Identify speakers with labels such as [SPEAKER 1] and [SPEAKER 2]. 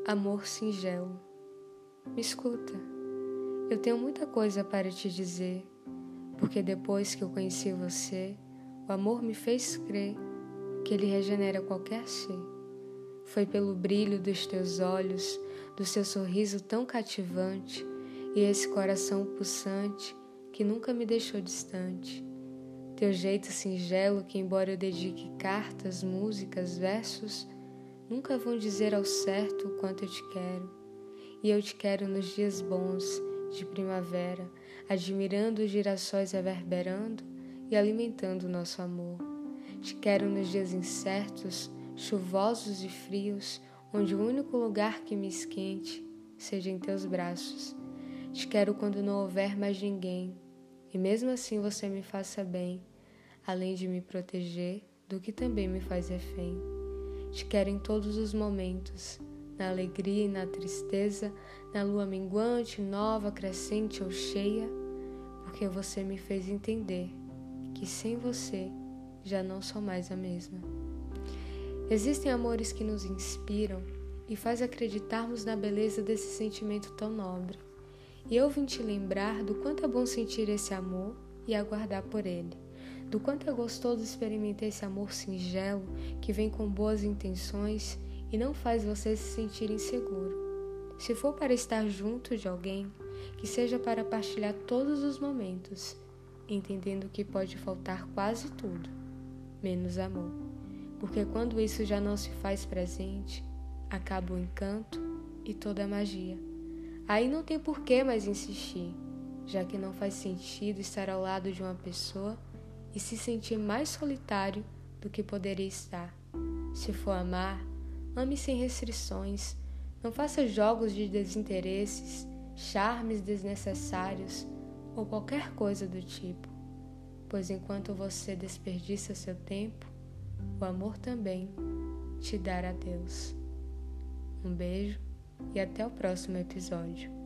[SPEAKER 1] Amor singelo. Me escuta, eu tenho muita coisa para te dizer, porque depois que eu conheci você, o amor me fez crer que ele regenera qualquer ser. Foi pelo brilho dos teus olhos, do seu sorriso tão cativante e esse coração pulsante que nunca me deixou distante. Teu jeito singelo que, embora eu dedique cartas, músicas, versos, nunca vão dizer ao certo o quanto eu te quero. E eu te quero nos dias bons, de primavera, admirando os girassóis reverberando e alimentando o nosso amor. Te quero nos dias incertos, chuvosos e frios, onde o único lugar que me esquente seja em teus braços. Te quero quando não houver mais ninguém, e mesmo assim você me faça bem, além de me proteger do que também me faz refém. Te quero em todos os momentos, na alegria e na tristeza, na lua minguante, nova, crescente ou cheia, porque você me fez entender que sem você já não sou mais a mesma. Existem amores que nos inspiram e faz acreditarmos na beleza desse sentimento tão nobre. E eu vim te lembrar do quanto é bom sentir esse amor e aguardar por ele. Do quanto é gostoso experimentar esse amor singelo que vem com boas intenções e não faz você se sentir inseguro. Se for para estar junto de alguém, que seja para partilhar todos os momentos, entendendo que pode faltar quase tudo, menos amor. Porque quando isso já não se faz presente, acaba o encanto e toda a magia. Aí não tem por que mais insistir, já que não faz sentido estar ao lado de uma pessoa e se sentir mais solitário do que poderia estar. Se for amar, ame sem restrições, não faça jogos de desinteresses, charmes desnecessários ou qualquer coisa do tipo, pois enquanto você desperdiça seu tempo, o amor também te dará Deus. Um beijo e até o próximo episódio.